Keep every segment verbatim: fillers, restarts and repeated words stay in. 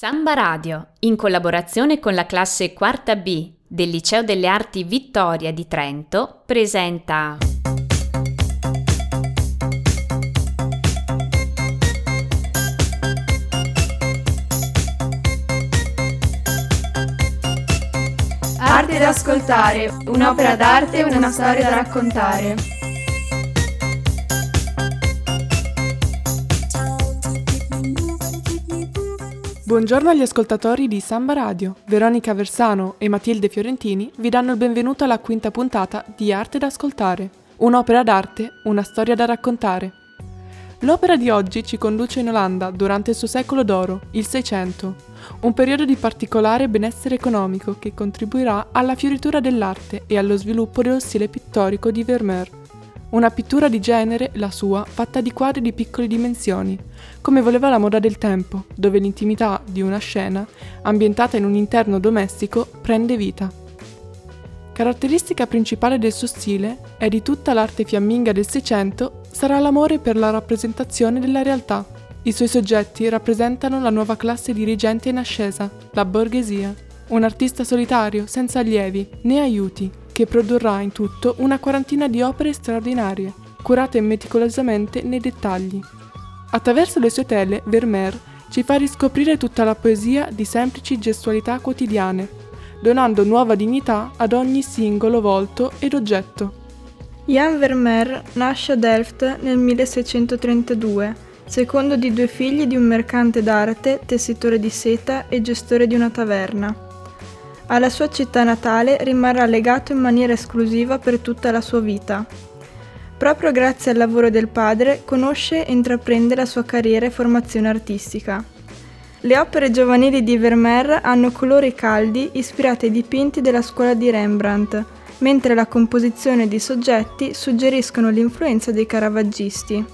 Samba Radio, in collaborazione con la classe quarta B del Liceo delle Arti Vittoria di Trento, presenta Arte da ascoltare, un'opera d'arte e una storia da raccontare. Buongiorno agli ascoltatori di Samba Radio. Veronica Versano e Matilde Fiorentini vi danno il benvenuto alla quinta puntata di Arte da ascoltare, un'opera d'arte, una storia da raccontare. L'opera di oggi ci conduce in Olanda durante il suo secolo d'oro, il Seicento, un periodo di particolare benessere economico che contribuirà alla fioritura dell'arte e allo sviluppo dello stile pittorico di Vermeer. Una pittura di genere, la sua, fatta di quadri di piccole dimensioni, come voleva la moda del tempo, dove l'intimità di una scena, ambientata in un interno domestico, prende vita. Caratteristica principale del suo stile, e di tutta l'arte fiamminga del Seicento, sarà l'amore per la rappresentazione della realtà. I suoi soggetti rappresentano la nuova classe dirigente in ascesa, la borghesia, un artista solitario, senza allievi né aiuti, che produrrà in tutto una quarantina di opere straordinarie, curate meticolosamente nei dettagli. Attraverso le sue tele, Vermeer ci fa riscoprire tutta la poesia di semplici gestualità quotidiane, donando nuova dignità ad ogni singolo volto ed oggetto. Jan Vermeer nasce a Delft nel milleseicentotrentadue, secondo di due figli di un mercante d'arte, tessitore di seta e gestore di una taverna. Alla sua città natale rimarrà legato in maniera esclusiva per tutta la sua vita. Proprio grazie al lavoro del padre conosce e intraprende la sua carriera e formazione artistica. Le opere giovanili di Vermeer hanno colori caldi ispirati ai dipinti della scuola di Rembrandt, mentre la composizione di soggetti suggeriscono l'influenza dei caravaggisti.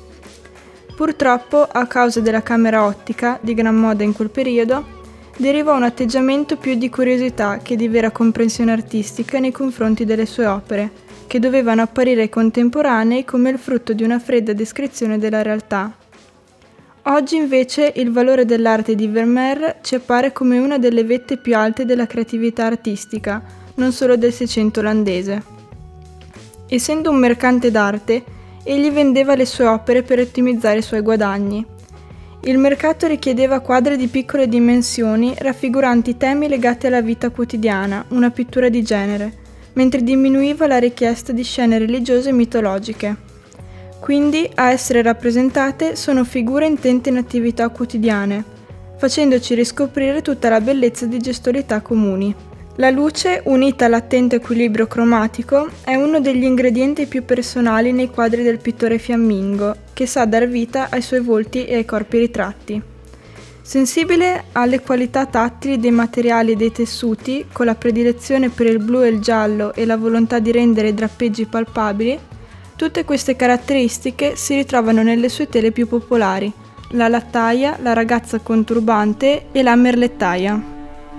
Purtroppo, a causa della camera ottica, di gran moda in quel periodo, derivò un atteggiamento più di curiosità che di vera comprensione artistica nei confronti delle sue opere, che dovevano apparire contemporanei come il frutto di una fredda descrizione della realtà. Oggi invece il valore dell'arte di Vermeer ci appare come una delle vette più alte della creatività artistica, non solo del Seicento olandese. Essendo un mercante d'arte, egli vendeva le sue opere per ottimizzare i suoi guadagni. Il mercato richiedeva quadri di piccole dimensioni raffiguranti temi legati alla vita quotidiana, una pittura di genere, mentre diminuiva la richiesta di scene religiose e mitologiche. Quindi, a essere rappresentate sono figure intente in attività quotidiane, facendoci riscoprire tutta la bellezza di gestualità comuni. La luce, unita all'attento equilibrio cromatico, è uno degli ingredienti più personali nei quadri del pittore fiammingo, che sa dar vita ai suoi volti e ai corpi ritratti. Sensibile alle qualità tattili dei materiali e dei tessuti, con la predilezione per il blu e il giallo e la volontà di rendere i drappeggi palpabili, tutte queste caratteristiche si ritrovano nelle sue tele più popolari, la lattaia, la ragazza con turbante e la merlettaia.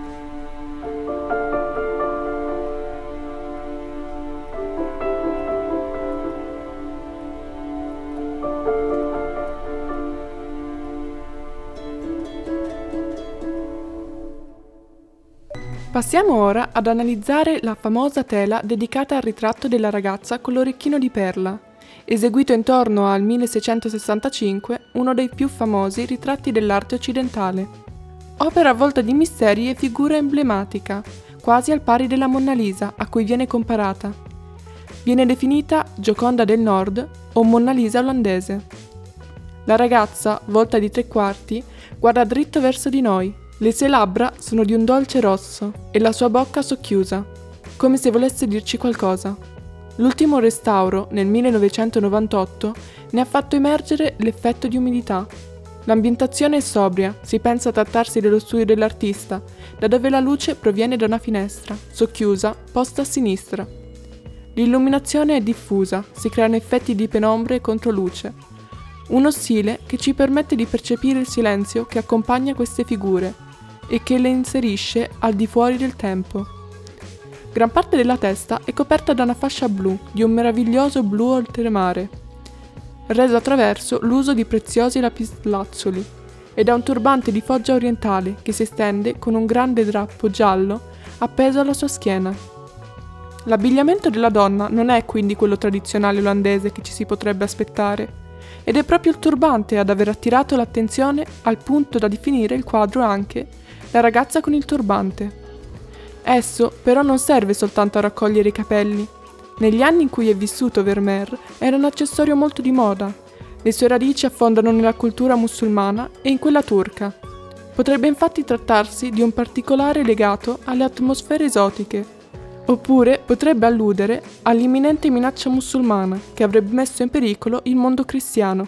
Passiamo ora ad analizzare la famosa tela dedicata al ritratto della ragazza con l'orecchino di perla, eseguito intorno al milleseicentosessantacinque, uno dei più famosi ritratti dell'arte occidentale. Opera avvolta di misteri e figura emblematica, quasi al pari della Monna Lisa, a cui viene comparata. Viene definita Gioconda del Nord o Monna Lisa olandese. La ragazza, volta di tre quarti, guarda dritto verso di noi. Le sue labbra sono di un dolce rosso e la sua bocca socchiusa, come se volesse dirci qualcosa. L'ultimo restauro, nel millenovecentonovantotto, ne ha fatto emergere l'effetto di umidità. L'ambientazione è sobria, si pensa a trattarsi dello studio dell'artista, da dove la luce proviene da una finestra, socchiusa, posta a sinistra. L'illuminazione è diffusa, si creano effetti di penombre e controluce. Uno stile che ci permette di percepire il silenzio che accompagna queste figure e che le inserisce al di fuori del tempo. Gran parte della testa è coperta da una fascia blu, di un meraviglioso blu oltremare, reso attraverso l'uso di preziosi lapislazzuli ed ha un turbante di foggia orientale che si estende con un grande drappo giallo appeso alla sua schiena. L'abbigliamento della donna non è quindi quello tradizionale olandese che ci si potrebbe aspettare, ed è proprio il turbante ad aver attirato l'attenzione al punto da definire il quadro anche La ragazza con il turbante. Esso però non serve soltanto a raccogliere i capelli. Negli anni in cui è vissuto Vermeer era un accessorio molto di moda. Le sue radici affondano nella cultura musulmana e in quella turca. Potrebbe infatti trattarsi di un particolare legato alle atmosfere esotiche, oppure potrebbe alludere all'imminente minaccia musulmana che avrebbe messo in pericolo il mondo cristiano.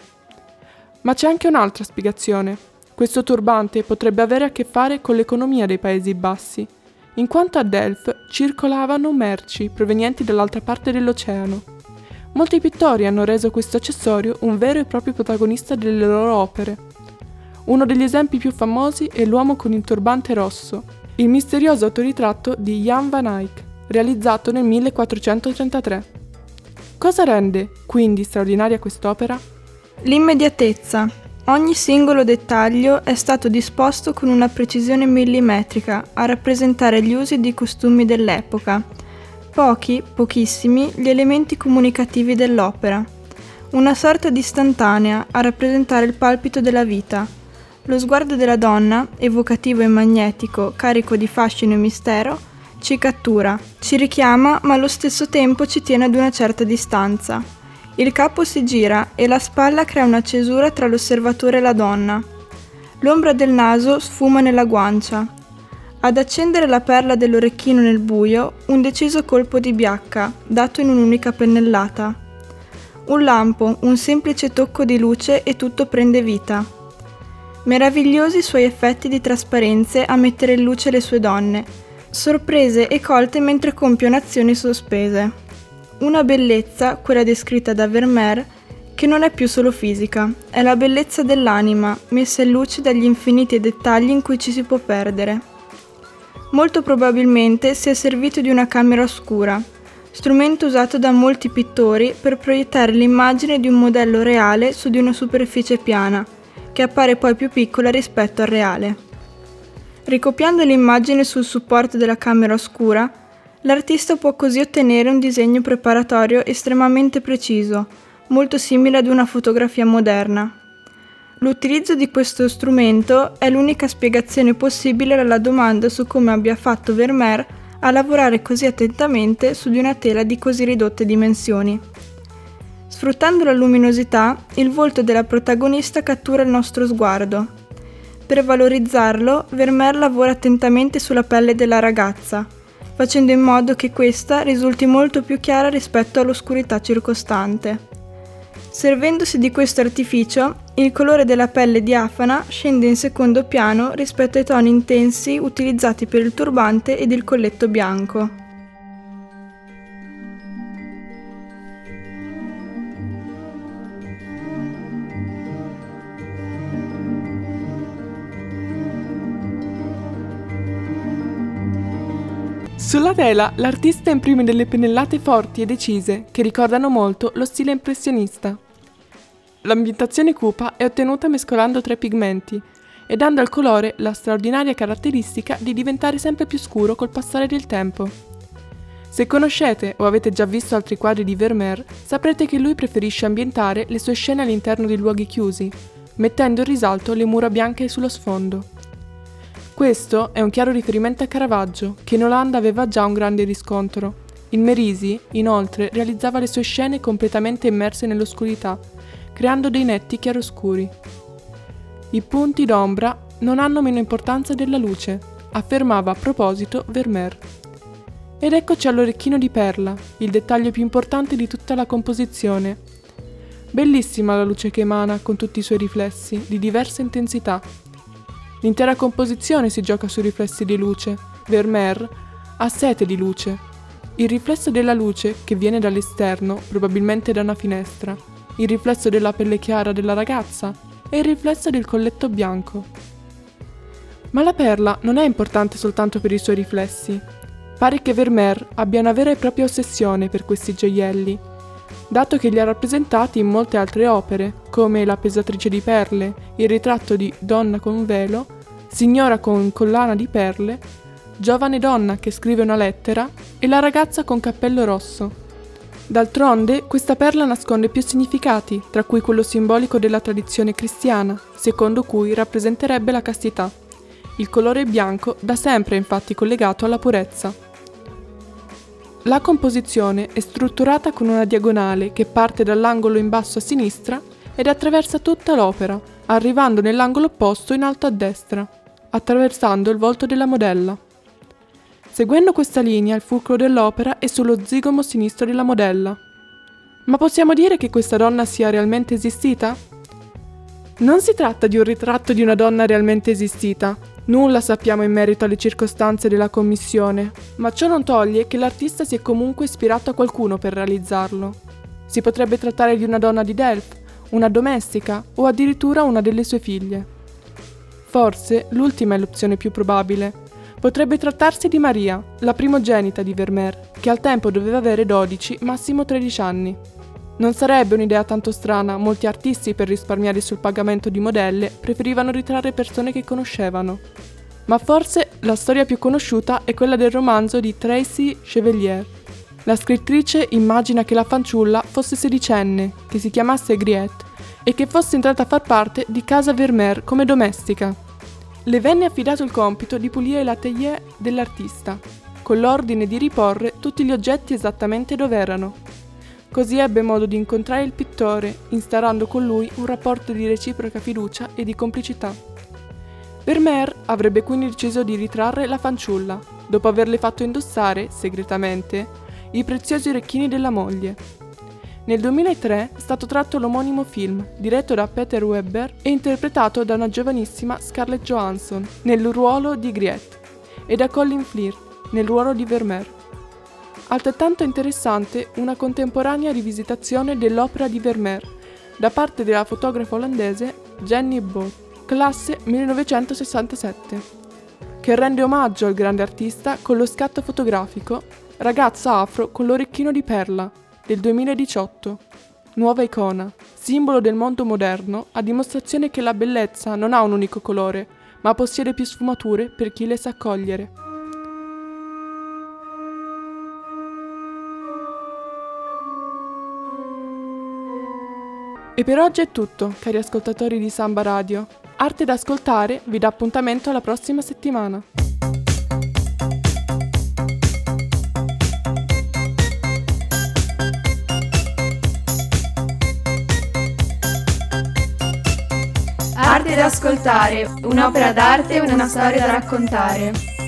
Ma c'è anche un'altra spiegazione. Questo turbante potrebbe avere a che fare con l'economia dei Paesi Bassi, in quanto a Delft circolavano merci provenienti dall'altra parte dell'oceano. Molti pittori hanno reso questo accessorio un vero e proprio protagonista delle loro opere. Uno degli esempi più famosi è l'uomo con il turbante rosso, il misterioso autoritratto di Jan van Eyck, realizzato nel millequattrocentotrentatré. Cosa rende quindi straordinaria quest'opera? L'immediatezza. Ogni singolo dettaglio è stato disposto con una precisione millimetrica a rappresentare gli usi e i costumi dell'epoca. Pochi, pochissimi, gli elementi comunicativi dell'opera. Una sorta di istantanea a rappresentare il palpito della vita. Lo sguardo della donna, evocativo e magnetico, carico di fascino e mistero, ci cattura, ci richiama, ma allo stesso tempo ci tiene ad una certa distanza. Il capo si gira e la spalla crea una cesura tra l'osservatore e la donna. L'ombra del naso sfuma nella guancia. Ad accendere la perla dell'orecchino nel buio, un deciso colpo di biacca, dato in un'unica pennellata. Un lampo, un semplice tocco di luce e tutto prende vita. Meravigliosi i suoi effetti di trasparenze a mettere in luce le sue donne, sorprese e colte mentre compiono azioni sospese. Una bellezza, quella descritta da Vermeer, che non è più solo fisica, è la bellezza dell'anima, messa in luce dagli infiniti dettagli in cui ci si può perdere. Molto probabilmente si è servito di una camera oscura, strumento usato da molti pittori per proiettare l'immagine di un modello reale su di una superficie piana, che appare poi più piccola rispetto al reale. Ricopiando l'immagine sul supporto della camera oscura, l'artista può così ottenere un disegno preparatorio estremamente preciso, molto simile ad una fotografia moderna. L'utilizzo di questo strumento è l'unica spiegazione possibile alla domanda su come abbia fatto Vermeer a lavorare così attentamente su di una tela di così ridotte dimensioni. Sfruttando la luminosità, il volto della protagonista cattura il nostro sguardo. Per valorizzarlo, Vermeer lavora attentamente sulla pelle della ragazza, facendo in modo che questa risulti molto più chiara rispetto all'oscurità circostante. Servendosi di questo artificio, il colore della pelle diafana scende in secondo piano rispetto ai toni intensi utilizzati per il turbante ed il colletto bianco. Sulla tela l'artista imprime delle pennellate forti e decise che ricordano molto lo stile impressionista. L'ambientazione cupa è ottenuta mescolando tre pigmenti e dando al colore la straordinaria caratteristica di diventare sempre più scuro col passare del tempo. Se conoscete o avete già visto altri quadri di Vermeer, saprete che lui preferisce ambientare le sue scene all'interno di luoghi chiusi, mettendo in risalto le mura bianche sullo sfondo. Questo è un chiaro riferimento a Caravaggio, che in Olanda aveva già un grande riscontro. Il Merisi, inoltre, realizzava le sue scene completamente immerse nell'oscurità, creando dei netti chiaroscuri. I punti d'ombra non hanno meno importanza della luce, affermava a proposito Vermeer. Ed eccoci all'orecchino di perla, il dettaglio più importante di tutta la composizione. Bellissima la luce che emana con tutti i suoi riflessi, di diversa intensità. L'intera composizione si gioca sui riflessi di luce. Vermeer ha sete di luce. Il riflesso della luce che viene dall'esterno, probabilmente da una finestra, il riflesso della pelle chiara della ragazza e il riflesso del colletto bianco. Ma la perla non è importante soltanto per i suoi riflessi. Pare che Vermeer abbia una vera e propria ossessione per questi gioielli. dato che li ha rappresentati in molte altre opere, come La pesatrice di perle, Il ritratto di Donna con velo, Signora con collana di perle, Giovane donna che scrive una lettera e La ragazza con cappello rosso. D'altronde, questa perla nasconde più significati, tra cui quello simbolico della tradizione cristiana, secondo cui rappresenterebbe la castità. Il colore bianco da sempre è infatti collegato alla purezza. La composizione è strutturata con una diagonale che parte dall'angolo in basso a sinistra ed attraversa tutta l'opera, arrivando nell'angolo opposto in alto a destra, attraversando il volto della modella. Seguendo questa linea, il fulcro dell'opera è sullo zigomo sinistro della modella. Ma possiamo dire che questa donna sia realmente esistita? Non si tratta di un ritratto di una donna realmente esistita. Nulla sappiamo in merito alle circostanze della commissione, ma ciò non toglie che l'artista si è comunque ispirato a qualcuno per realizzarlo. Si potrebbe trattare di una donna di Delft, una domestica o addirittura una delle sue figlie. Forse l'ultima è l'opzione più probabile. Potrebbe trattarsi di Maria, la primogenita di Vermeer, che al tempo doveva avere dodici, massimo tredici anni. Non sarebbe un'idea tanto strana, molti artisti per risparmiare sul pagamento di modelle preferivano ritrarre persone che conoscevano. Ma forse la storia più conosciuta è quella del romanzo di Tracy Chevalier. La scrittrice immagina che la fanciulla fosse sedicenne, che si chiamasse Griette e che fosse entrata a far parte di casa Vermeer come domestica. Le venne affidato il compito di pulire l'atelier dell'artista, con l'ordine di riporre tutti gli oggetti esattamente dove erano. Così ebbe modo di incontrare il pittore, instaurando con lui un rapporto di reciproca fiducia e di complicità. Vermeer avrebbe quindi deciso di ritrarre la fanciulla, dopo averle fatto indossare, segretamente, i preziosi orecchini della moglie. Nel duemilatré è stato tratto l'omonimo film, diretto da Peter Weber e interpretato da una giovanissima Scarlett Johansson nel ruolo di Griette e da Colin Firth nel ruolo di Vermeer. Altrettanto interessante una contemporanea rivisitazione dell'opera di Vermeer da parte della fotografa olandese Jenny Bot, classe millenovecentosessantasette, che rende omaggio al grande artista con lo scatto fotografico Ragazza afro con l'orecchino di perla del duemiladiciotto, nuova icona, simbolo del mondo moderno, a dimostrazione che la bellezza non ha un unico colore, ma possiede più sfumature per chi le sa cogliere. E per oggi è tutto, cari ascoltatori di Samba Radio. Arte da ascoltare vi dà appuntamento alla prossima settimana. Arte da ascoltare, un'opera d'arte e una storia da raccontare.